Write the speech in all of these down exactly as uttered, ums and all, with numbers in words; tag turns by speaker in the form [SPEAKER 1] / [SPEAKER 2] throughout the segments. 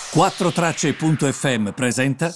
[SPEAKER 1] quattro tracce punto effe emme presenta.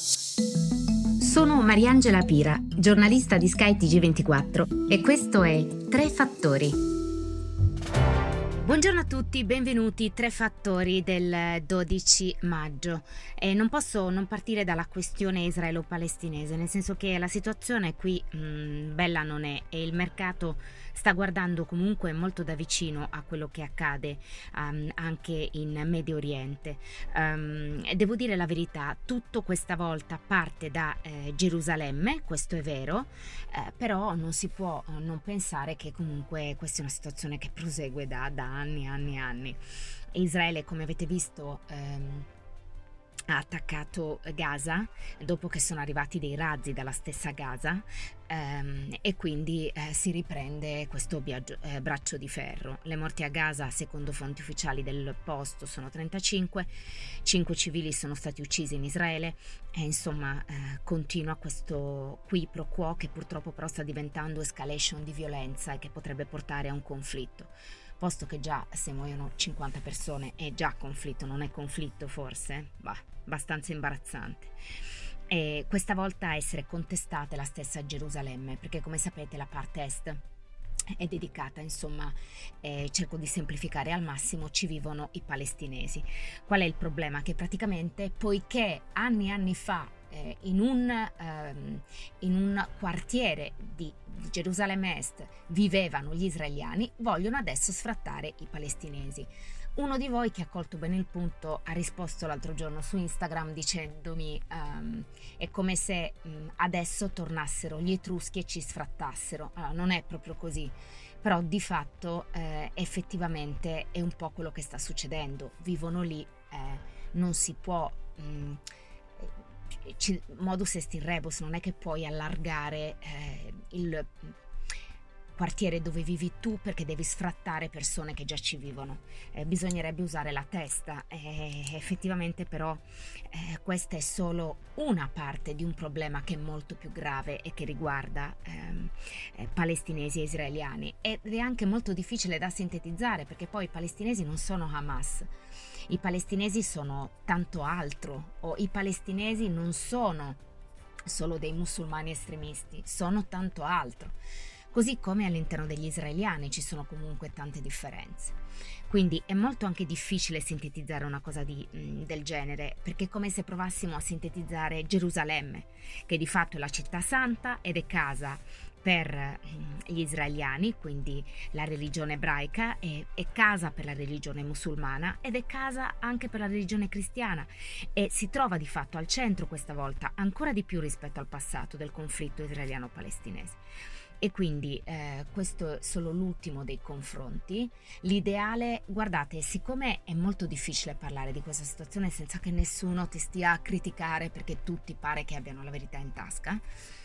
[SPEAKER 2] Sono Mariangela Pira, giornalista di Sky T G ventiquattro e questo è Tre Fattori. Buongiorno a tutti, benvenuti. Tre fattori del dodici maggio. E non posso non partire dalla questione israelo-palestinese, nel senso che la situazione qui mh, bella non è e il mercato sta guardando comunque molto da vicino a quello che accade um, anche in Medio Oriente. Um, devo dire la verità, tutto questa volta parte da eh, Gerusalemme, questo è vero, eh, però non si può non pensare che comunque questa è una situazione che prosegue da, da anni, anni, anni. Israele, come avete visto, ehm, ha attaccato Gaza dopo che sono arrivati dei razzi dalla stessa Gaza ehm, e quindi eh, si riprende questo viaggio, eh, braccio di ferro. Le morti a Gaza, secondo fonti ufficiali del posto, sono trentacinque, cinque civili sono stati uccisi in Israele e insomma eh, continua questo qui pro quo che purtroppo però sta diventando escalation di violenza e che potrebbe portare a un conflitto. Posto che già se muoiono cinquanta persone è già conflitto, non è conflitto forse? Bah, abbastanza imbarazzante. E questa volta a essere contestata è la stessa Gerusalemme, perché come sapete la parte est è dedicata, insomma, eh, cerco di semplificare al massimo, ci vivono i palestinesi. Qual è il problema? Che praticamente, poiché anni e anni fa eh, in, un, ehm, in un quartiere di Gerusalemme Est vivevano gli israeliani, vogliono adesso sfrattare i palestinesi. Uno di voi che ha colto bene il punto ha risposto l'altro giorno su Instagram dicendomi um, è come se um, adesso tornassero gli etruschi e ci sfrattassero. Allora, non è proprio così, però di fatto eh, effettivamente è un po' quello che sta succedendo. Vivono lì, eh, non si può um, ci, modus est in rebus, non è che puoi allargare eh, il quartiere dove vivi tu perché devi sfrattare persone che già ci vivono. Eh, bisognerebbe usare la testa e effettivamente però eh, questa è solo una parte di un problema che è molto più grave e che riguarda ehm, eh, palestinesi e israeliani ed è anche molto difficile da sintetizzare perché poi i palestinesi non sono Hamas, i palestinesi sono tanto altro, o i palestinesi non sono solo dei musulmani estremisti, sono tanto altro. Così come all'interno degli israeliani ci sono comunque tante differenze. Quindi è molto anche difficile sintetizzare una cosa di, mh, del genere, perché è come se provassimo a sintetizzare Gerusalemme, che di fatto è la città santa ed è casa per gli israeliani, quindi la religione ebraica, è, è casa per la religione musulmana ed è casa anche per la religione cristiana e si trova di fatto al centro questa volta, ancora di più rispetto al passato, del conflitto israeliano-palestinese. E quindi eh, questo è solo l'ultimo dei confronti. L'ideale, guardate, siccome è molto difficile parlare di questa situazione senza che nessuno ti stia a criticare perché tutti pare che abbiano la verità in tasca,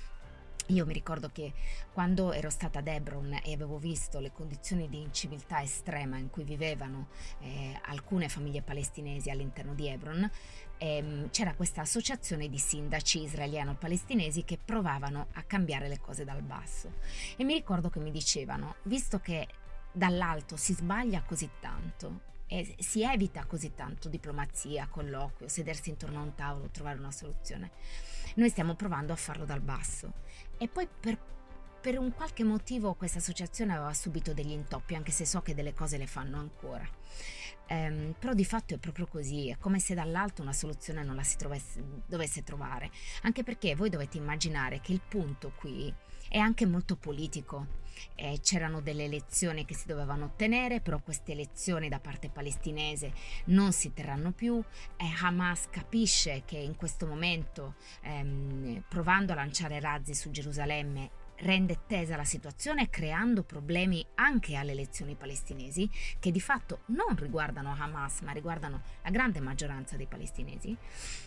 [SPEAKER 2] io mi ricordo che quando ero stata ad Hebron e avevo visto le condizioni di inciviltà estrema in cui vivevano eh, alcune famiglie palestinesi all'interno di Hebron, ehm, c'era questa associazione di sindaci israeliano-palestinesi che provavano a cambiare le cose dal basso. E mi ricordo che mi dicevano, visto che dall'alto si sbaglia così tanto e si evita così tanto diplomazia, colloquio, sedersi intorno a un tavolo, trovare una soluzione, noi stiamo provando a farlo dal basso. E poi per, per un qualche motivo questa associazione aveva subito degli intoppi, anche se so che delle cose le fanno ancora. Um, però di fatto è proprio così, è come se dall'alto una soluzione non la si trovesse, dovesse trovare, anche perché voi dovete immaginare che il punto qui è anche molto politico. Eh, c'erano delle elezioni che si dovevano ottenere, però queste elezioni da parte palestinese non si terranno più. eh, Hamas capisce che in questo momento ehm, provando a lanciare razzi su Gerusalemme rende tesa la situazione, creando problemi anche alle elezioni palestinesi che di fatto non riguardano Hamas ma riguardano la grande maggioranza dei palestinesi.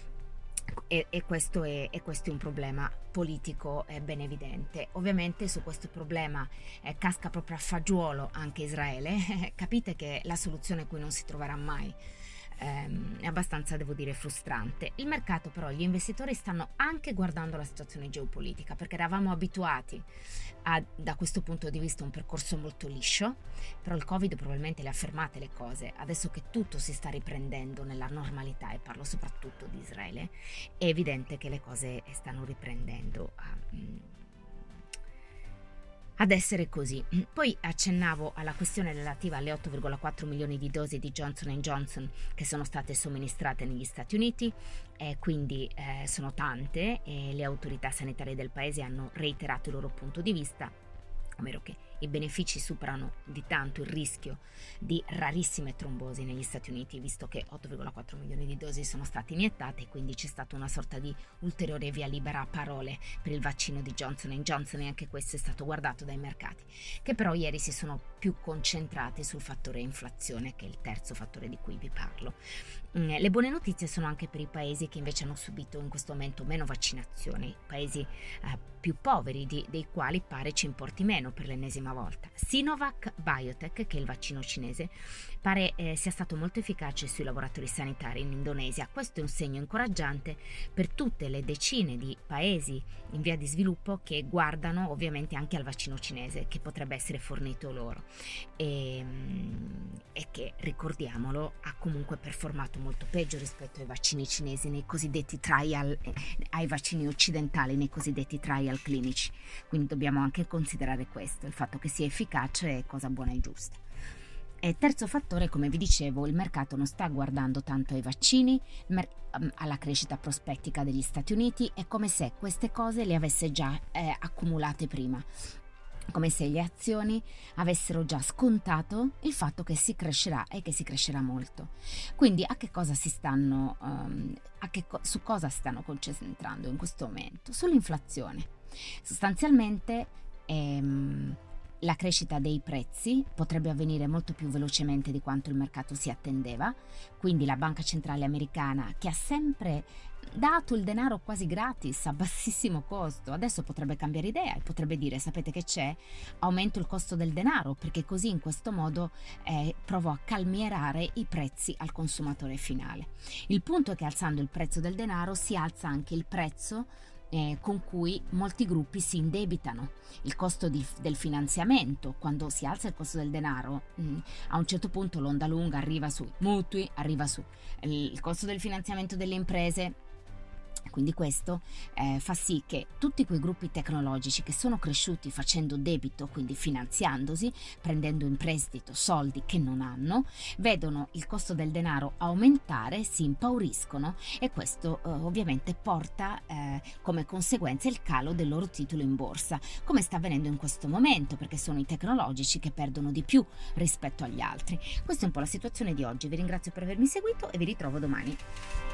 [SPEAKER 2] E, e, questo è, e questo è un problema politico eh, ben evidente. Ovviamente su questo problema eh, casca proprio a fagiolo anche Israele. Capite che la soluzione qui non si troverà mai. ehm, è abbastanza, devo dire, frustrante. Il mercato però, gli investitori stanno anche guardando la situazione geopolitica, perché eravamo abituati a, da questo punto di vista, un percorso molto liscio, però il Covid probabilmente le ha fermate le cose. Adesso che tutto si sta riprendendo nella normalità, e parlo soprattutto di Israele, è evidente che le cose stanno riprendendo a... ad essere così. Poi accennavo alla questione relativa alle otto virgola quattro milioni di dosi di Johnson and Johnson che sono state somministrate negli Stati Uniti, e quindi eh, sono tante, e le autorità sanitarie del paese hanno reiterato il loro punto di vista, ovvero che i benefici superano di tanto il rischio di rarissime trombosi negli Stati Uniti, visto che otto virgola quattro milioni di dosi sono state iniettate, e quindi c'è stata una sorta di ulteriore via libera a parole per il vaccino di Johnson and Johnson, e anche questo è stato guardato dai mercati, che però ieri si sono più concentrati sul fattore inflazione, che è il terzo fattore di cui vi parlo. Le buone notizie sono anche per i paesi che invece hanno subito in questo momento meno vaccinazioni, paesi eh, più poveri, di, dei quali pare ci importi meno per l'ennesima volta. Sinovac Biotech, che è il vaccino cinese, pare eh, sia stato molto efficace sui lavoratori sanitari in Indonesia. Questo è un segno incoraggiante per tutte le decine di paesi in via di sviluppo che guardano ovviamente anche al vaccino cinese che potrebbe essere fornito loro, e, e che, ricordiamolo, ha comunque performato molto peggio rispetto ai vaccini cinesi nei cosiddetti trial, eh, ai vaccini occidentali nei cosiddetti trial clinici. Quindi dobbiamo anche considerare questo, il fatto che sia efficace è cosa buona e giusta. E terzo fattore, come vi dicevo, il mercato non sta guardando tanto ai vaccini, mer- alla crescita prospettica degli Stati Uniti, è come se queste cose le avesse già eh, accumulate prima, come se le azioni avessero già scontato il fatto che si crescerà e che si crescerà molto. Quindi a che cosa si stanno, um, a che co- su cosa stanno concentrando in questo momento? Sull'inflazione. Sostanzialmente ehm, la crescita dei prezzi potrebbe avvenire molto più velocemente di quanto il mercato si attendeva, quindi la Banca Centrale Americana, che ha sempre dato il denaro quasi gratis a bassissimo costo, adesso potrebbe cambiare idea e potrebbe dire: sapete che c'è? Aumento il costo del denaro, perché così in questo modo eh, provo a calmierare i prezzi al consumatore finale. Il punto è che alzando il prezzo del denaro si alza anche il prezzo Eh, con cui molti gruppi si indebitano, il costo di, del finanziamento. Quando si alza il costo del denaro, mh, a un certo punto l'onda lunga arriva sui mutui, arriva su il, il costo del finanziamento delle imprese. Quindi questo eh, fa sì che tutti quei gruppi tecnologici che sono cresciuti facendo debito, quindi finanziandosi, prendendo in prestito soldi che non hanno, vedono il costo del denaro aumentare, si impauriscono, e questo eh, ovviamente porta eh, come conseguenza il calo del loro titolo in borsa, come sta avvenendo in questo momento, perché sono i tecnologici che perdono di più rispetto agli altri. Questa è un po' la situazione di oggi. Vi ringrazio per avermi seguito e vi ritrovo domani.